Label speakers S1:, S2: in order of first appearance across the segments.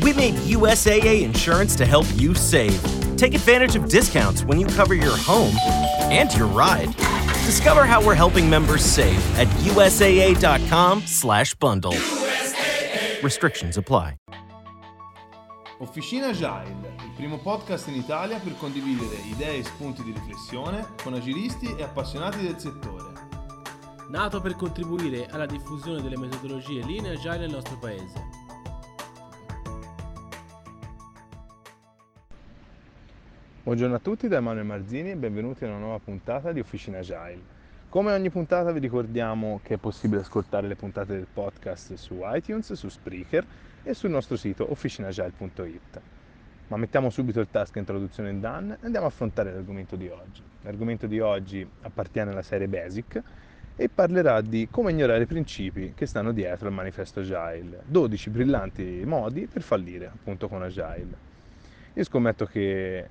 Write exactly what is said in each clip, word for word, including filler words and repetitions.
S1: We made U S A A Insurance to help you save. Take advantage of discounts when you cover your home and your ride. Discover how we're helping members save at U S A A dot com slash bundle. Restrictions apply.
S2: Officina Agile, il primo podcast in Italia per condividere idee e spunti di riflessione con agilisti e appassionati del settore.
S3: Nato per contribuire alla diffusione delle metodologie Lean e Agile nel nostro paese.
S2: Buongiorno a tutti da Emanuele Marzini e benvenuti a una nuova puntata di Officina Agile. Come ogni puntata vi ricordiamo che è possibile ascoltare le puntate del podcast su iTunes, su Spreaker e sul nostro sito officinaagile punto it. Ma mettiamo subito il task introduzione done e andiamo a affrontare l'argomento di oggi. L'argomento di oggi appartiene alla serie Basic e parlerà di come ignorare i principi che stanno dietro al manifesto Agile, dodici brillanti modi per fallire appunto con Agile. Io scommetto che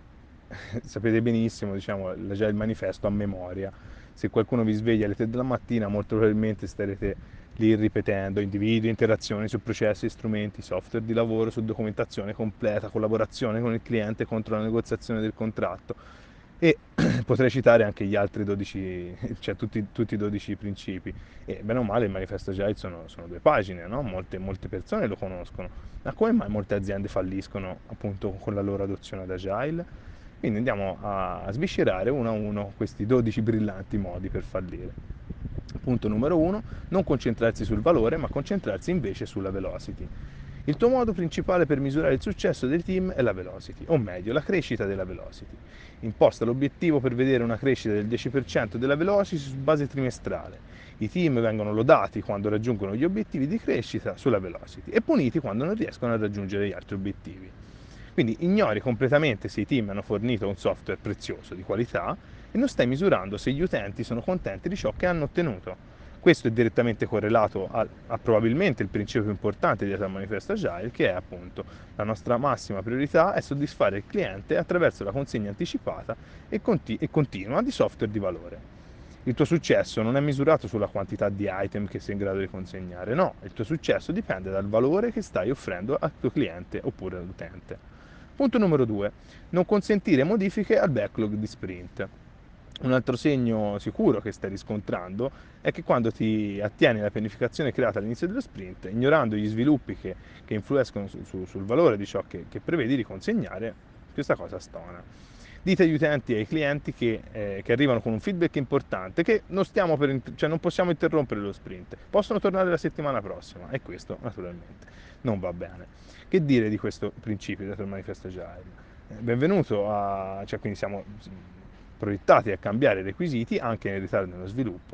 S2: sapete benissimo, diciamo, l'Agile manifesto a memoria. Se qualcuno vi sveglia alle tre della mattina, molto probabilmente starete lì ripetendo individui, interazioni su processi, strumenti, software di lavoro, su documentazione completa, collaborazione con il cliente contro la negoziazione del contratto. E potrei citare anche gli altri dodici, cioè tutti, tutti i dodici principi. E bene o male il manifesto Agile sono, sono due pagine, no? Molte, molte persone lo conoscono. Ma come mai molte aziende falliscono appunto con la loro adozione ad Agile? Quindi andiamo a sviscerare uno a uno questi dodici brillanti modi per fallire. Punto numero uno, non concentrarsi sul valore, ma concentrarsi invece sulla velocity. Il tuo modo principale per misurare il successo del team è la velocity, o meglio, la crescita della velocity. Imposta l'obiettivo per vedere una crescita del dieci per cento della velocity su base trimestrale. I team vengono lodati quando raggiungono gli obiettivi di crescita sulla velocity e puniti quando non riescono a raggiungere gli altri obiettivi. Quindi ignori completamente se i team hanno fornito un software prezioso di qualità e non stai misurando se gli utenti sono contenti di ciò che hanno ottenuto. Questo è direttamente correlato a, a probabilmente il principio più importante dietro al manifesto Agile, che è appunto la nostra massima priorità è soddisfare il cliente attraverso la consegna anticipata e, conti- e continua di software di valore. Il tuo successo non è misurato sulla quantità di item che sei in grado di consegnare, no, il tuo successo dipende dal valore che stai offrendo al tuo cliente oppure all'utente. Punto numero due. Non consentire modifiche al backlog di sprint. Un altro segno sicuro che stai riscontrando è che quando ti attieni alla pianificazione creata all'inizio dello sprint, ignorando gli sviluppi che, che influiscono su, su, sul valore di ciò che, che prevedi di consegnare, questa cosa stona. Dite agli utenti e ai clienti che, eh, che arrivano con un feedback importante che non, stiamo per, cioè non possiamo interrompere lo sprint, possono tornare la settimana prossima e questo naturalmente non va bene. Che dire di questo principio dato il manifesto Agile? Eh, benvenuto a, cioè quindi siamo proiettati a cambiare i requisiti anche nel ritardo nello sviluppo.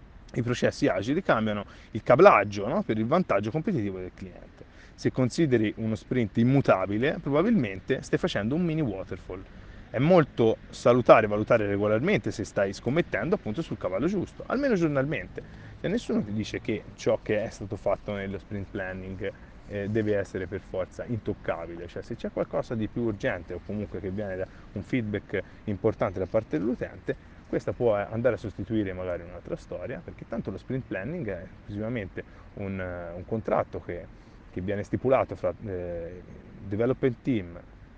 S2: I processi agili cambiano il cablaggio, no? Per il vantaggio competitivo del cliente. Se consideri uno sprint immutabile, probabilmente stai facendo un mini waterfall. È molto salutare valutare regolarmente se stai scommettendo appunto sul cavallo giusto, almeno giornalmente. Cioè, nessuno ti dice che ciò che è stato fatto nello sprint planning eh, deve essere per forza intoccabile, cioè se c'è qualcosa di più urgente o comunque che viene da un feedback importante da parte dell'utente, questa può andare a sostituire magari un'altra storia, perché tanto lo sprint planning è esclusivamente un, un contratto che, che viene stipulato fra eh, development team,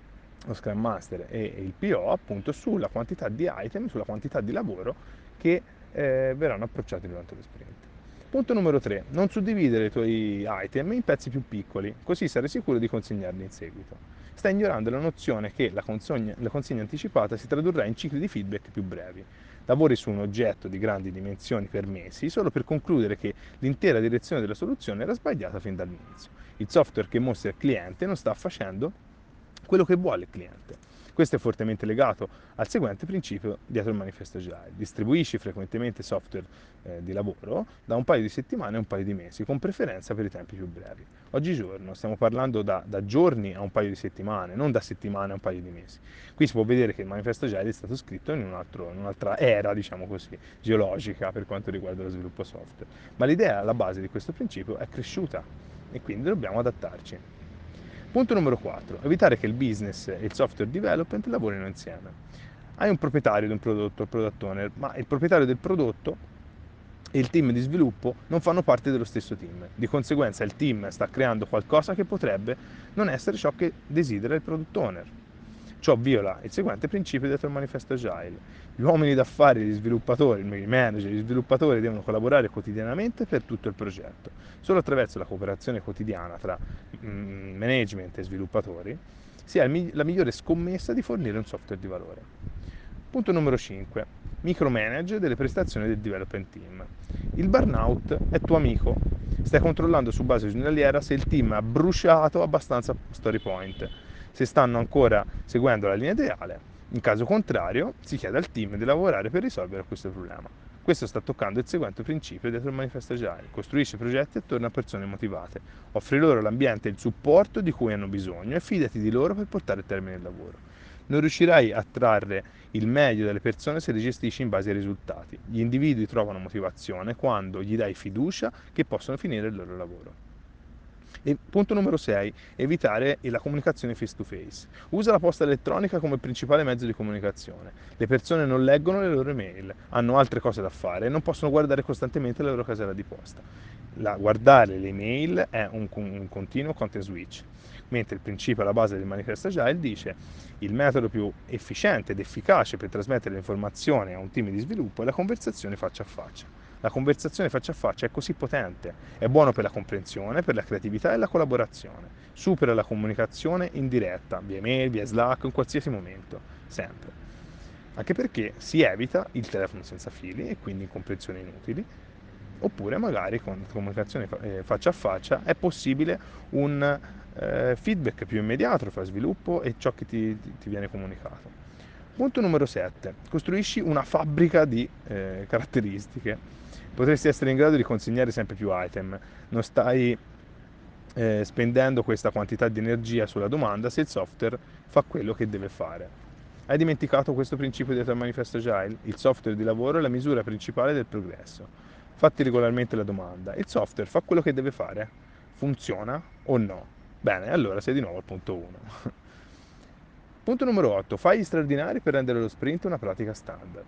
S2: lo Scrum Master e il P O appunto sulla quantità di item, sulla quantità di lavoro che eh, verranno approcciati durante lo sprint. Punto numero tre. Non suddividere i tuoi item in pezzi più piccoli, così sarai sicuro di consegnarli in seguito. Stai ignorando la nozione che la consegna, la consegna anticipata si tradurrà in cicli di feedback più brevi. Lavori su un oggetto di grandi dimensioni per mesi solo per concludere che l'intera direzione della soluzione era sbagliata fin dall'inizio. Il software che mostri al cliente non sta facendo quello che vuole il cliente. Questo è fortemente legato al seguente principio dietro il manifesto Agile. Distribuisci frequentemente software eh, di lavoro da un paio di settimane a un paio di mesi, con preferenza per i tempi più brevi. Oggigiorno stiamo parlando da, da giorni a un paio di settimane, non da settimane a un paio di mesi. Qui si può vedere che il manifesto Agile è stato scritto in, un altro, in un'altra era, diciamo così, geologica per quanto riguarda lo sviluppo software. Ma l'idea alla base di questo principio è cresciuta e quindi dobbiamo adattarci. Punto numero quattro. Evitare che il business e il software development lavorino insieme. Hai un proprietario di un prodotto, il product owner, ma il proprietario del prodotto e il team di sviluppo non fanno parte dello stesso team. Di conseguenza il team sta creando qualcosa che potrebbe non essere ciò che desidera il product owner. Ciò viola il seguente principio dietro il manifesto Agile. Gli uomini d'affari, gli sviluppatori, i manager, gli sviluppatori devono collaborare quotidianamente per tutto il progetto. Solo attraverso la cooperazione quotidiana tra mm, management e sviluppatori si ha la migliore scommessa di fornire un software di valore. Punto numero cinque. Micromanage delle prestazioni del development team. Il burnout è tuo amico. Stai controllando su base giornaliera se il team ha bruciato abbastanza story point, se stanno ancora seguendo la linea ideale. In caso contrario, si chiede al team di lavorare per risolvere questo problema. Questo sta toccando il seguente principio dietro il manifesto Agile. Costruisci progetti attorno a persone motivate. Offri loro l'ambiente e il supporto di cui hanno bisogno e fidati di loro per portare a termine il lavoro. Non riuscirai a trarre il meglio dalle persone se le gestisci in base ai risultati. Gli individui trovano motivazione quando gli dai fiducia che possono finire il loro lavoro. E punto numero sei, evitare la comunicazione face to face. Usa la posta elettronica come principale mezzo di comunicazione. Le persone non leggono le loro email, hanno altre cose da fare e non possono guardare costantemente la loro casella di posta. La, guardare le email è un, un continuo content switch, mentre il principio alla base del manifesto Agile dice il metodo più efficiente ed efficace per trasmettere le informazioni a un team di sviluppo è la conversazione faccia a faccia. La conversazione faccia a faccia è così potente, è buono per la comprensione, per la creatività e la collaborazione. Supera la comunicazione in diretta, via email, via Slack, in qualsiasi momento, sempre. Anche perché si evita il telefono senza fili e quindi incomprensioni inutili, oppure magari con comunicazione faccia a faccia è possibile un eh, feedback più immediato fra sviluppo e ciò che ti, ti viene comunicato. Punto numero sette. Costruisci una fabbrica di eh, caratteristiche. Potresti essere in grado di consegnare sempre più item. Non stai eh, spendendo questa quantità di energia sulla domanda se il software fa quello che deve fare. Hai dimenticato questo principio dietro il manifesto Agile? Il software di lavoro è la misura principale del progresso. Fatti regolarmente la domanda. Il software fa quello che deve fare? Funziona o no? Bene, allora sei di nuovo al punto uno. Punto numero otto. Fai gli straordinari per rendere lo sprint una pratica standard.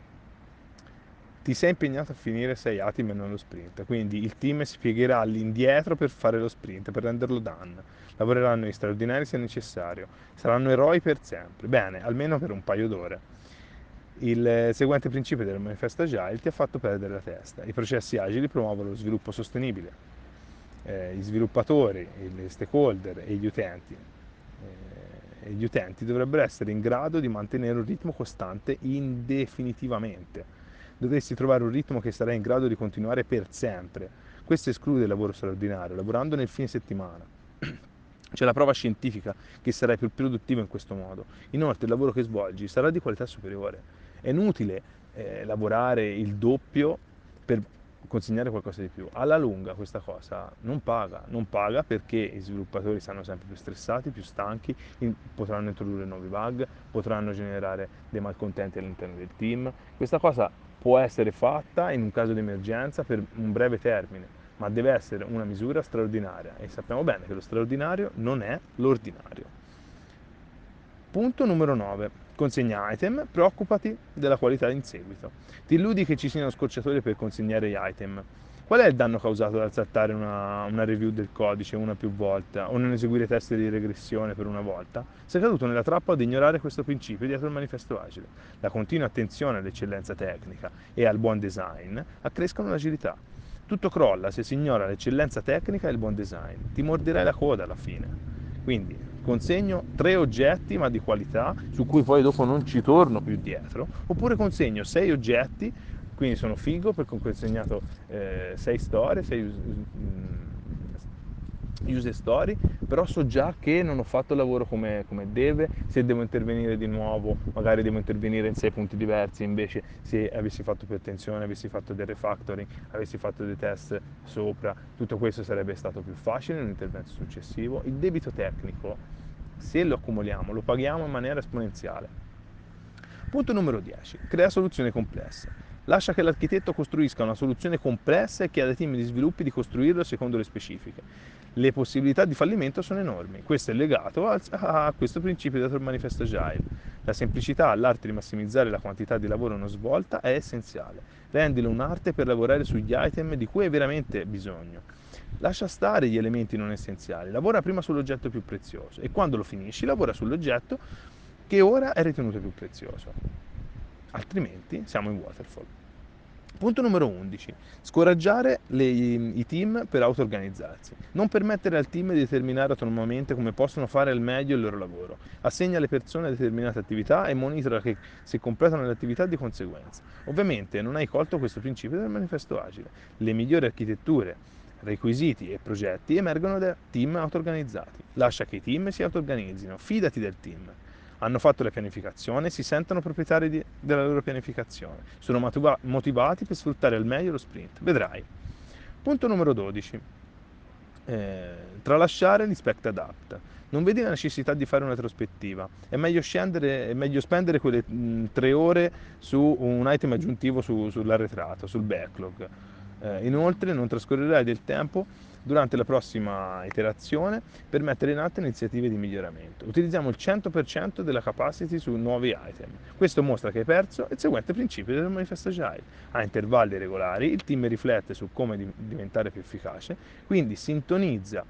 S2: Ti sei impegnato a finire sei item e non lo sprint, quindi il team si piegherà all'indietro per fare lo sprint, per renderlo done. Lavoreranno gli straordinari se necessario. Saranno eroi per sempre. Bene, almeno per un paio d'ore. Il seguente principio del manifesto Agile ti ha fatto perdere la testa. I processi agili promuovono lo sviluppo sostenibile. Eh, gli sviluppatori, gli stakeholder e gli utenti eh, e gli utenti dovrebbero essere in grado di mantenere un ritmo costante indefinitivamente. Dovresti trovare un ritmo che sarai in grado di continuare per sempre. Questo esclude il lavoro straordinario, lavorando nel fine settimana. C'è la prova scientifica che sarai più produttivo in questo modo. Inoltre il lavoro che svolgi sarà di qualità superiore. È inutile eh, lavorare il doppio per consegnare qualcosa di più. Alla lunga questa cosa non paga, non paga perché gli sviluppatori saranno sempre più stressati, più stanchi, in, potranno introdurre nuovi bug, potranno generare dei malcontenti all'interno del team. Questa cosa può essere fatta in un caso di emergenza per un breve termine, ma deve essere una misura straordinaria e sappiamo bene che lo straordinario non è l'ordinario. Punto numero nove. Consegna item, preoccupati della qualità in seguito. Ti illudi che ci siano scorciatoie per consegnare gli item. Qual è il danno causato dal saltare una, una review del codice una più volte o non eseguire test di regressione per una volta? Sei caduto nella trappola di ignorare questo principio dietro il manifesto Agile. La continua attenzione all'eccellenza tecnica e al buon design accrescono l'agilità. Tutto crolla se si ignora l'eccellenza tecnica e il buon design. Ti morderai la coda alla fine. Quindi consegno tre oggetti ma di qualità su cui poi dopo non ci torno più dietro, oppure consegno sei oggetti, quindi sono figo perché ho consegnato eh, sei storie, sei user story, però so già che non ho fatto il lavoro come, come deve, se devo intervenire di nuovo magari devo intervenire in sei punti diversi, invece se avessi fatto più attenzione, avessi fatto del refactoring, avessi fatto dei test sopra, tutto questo sarebbe stato più facile nell'intervento successivo. Il debito tecnico, se lo accumuliamo, lo paghiamo in maniera esponenziale. Punto numero dieci. Crea soluzioni complesse. Lascia che l'architetto costruisca una soluzione complessa e chieda ai team di sviluppi di costruirlo secondo le specifiche. Le possibilità di fallimento sono enormi. Questo è legato a questo principio dato dal manifesto Agile. La semplicità, l'arte di massimizzare la quantità di lavoro non svolta è essenziale. Rendilo un'arte per lavorare sugli item di cui hai veramente bisogno. Lascia stare gli elementi non essenziali, lavora prima sull'oggetto più prezioso e quando lo finisci lavora sull'oggetto che ora è ritenuto più prezioso. Altrimenti siamo in waterfall. Punto numero undici. Scoraggiare le, i team per auto-organizzarsi. Non permettere al team di determinare autonomamente come possono fare al meglio il loro lavoro. Assegna alle persone determinate attività e monitora che se completano le attività di conseguenza. Ovviamente non hai colto questo principio del manifesto agile. Le migliori architetture, requisiti e progetti emergono da team auto-organizzati. Lascia che i team si auto-organizzino, fidati del team. Hanno fatto la pianificazione, si sentono proprietari di, della loro pianificazione, sono motiva- motivati per sfruttare al meglio lo sprint. Vedrai. Punto numero dodici. Eh, tralasciare l'inspect adapt. Non vedi la necessità di fare una retrospettiva. È meglio scendere, è meglio spendere quelle mh, tre ore su un item aggiuntivo su, sull'arretrato, sul backlog. Eh, inoltre non trascorrerai del tempo durante la prossima iterazione per mettere in atto iniziative di miglioramento. Utilizziamo il cento per cento della capacity su nuovi item. Questo mostra che hai perso il seguente principio del manifesto Agile. A intervalli regolari il team riflette su come diventare più efficace, quindi sintonizza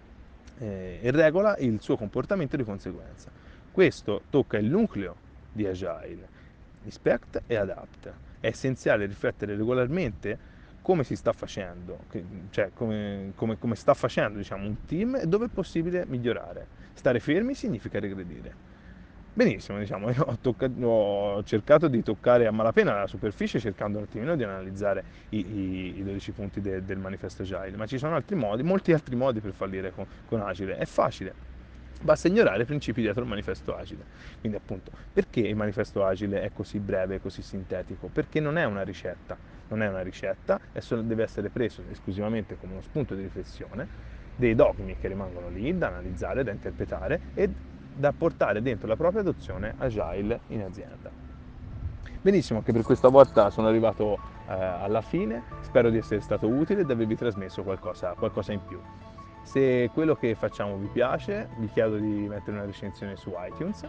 S2: eh, e regola il suo comportamento di conseguenza. Questo tocca il nucleo di Agile, inspect e adapt. È essenziale riflettere regolarmente come si sta facendo, cioè come, come, come sta facendo diciamo, un team e dove è possibile migliorare. Stare fermi significa regredire. Benissimo, diciamo, io ho, toccato, ho cercato di toccare a malapena la superficie cercando un attimino di analizzare i, i, i dodici punti de, del manifesto Agile, ma ci sono altri modi, molti altri modi per fallire con, con Agile. È facile, basta ignorare i principi dietro il manifesto Agile. Quindi appunto, perché il manifesto Agile è così breve e così sintetico? Perché non è una ricetta. Non è una ricetta, deve essere preso esclusivamente come uno spunto di riflessione, dei dogmi che rimangono lì da analizzare, da interpretare e da portare dentro la propria adozione agile in azienda. Benissimo, anche per questa volta sono arrivato eh, alla fine, spero di essere stato utile e di avervi trasmesso qualcosa, qualcosa in più. Se quello che facciamo vi piace, vi chiedo di mettere una recensione su iTunes.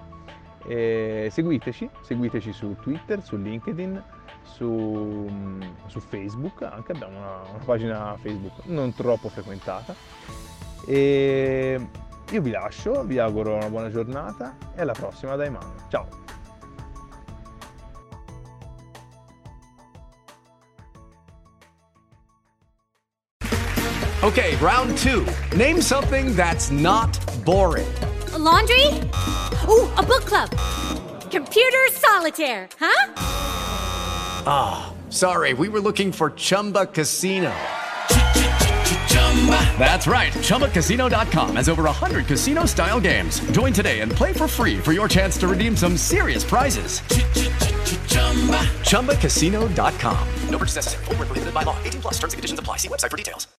S2: E seguiteci, seguiteci su Twitter, su LinkedIn, su, su Facebook, anche abbiamo una, una pagina Facebook non troppo frequentata. E io vi lascio, vi auguro una buona giornata e alla prossima da Iman. Ciao!
S4: Okay, round two. Name something that's not boring.
S5: A laundry? Ooh, a book club. Computer solitaire, huh?
S4: Ah, oh, sorry, we were looking for Chumba Casino. That's right, Chumba Casino dot com has over one hundred casino-style games. Join today and play for free for your chance to redeem some serious prizes. Chumba Casino dot com. No purchase necessary. Void where prohibited by law. eighteen plus terms and conditions apply. See website for details.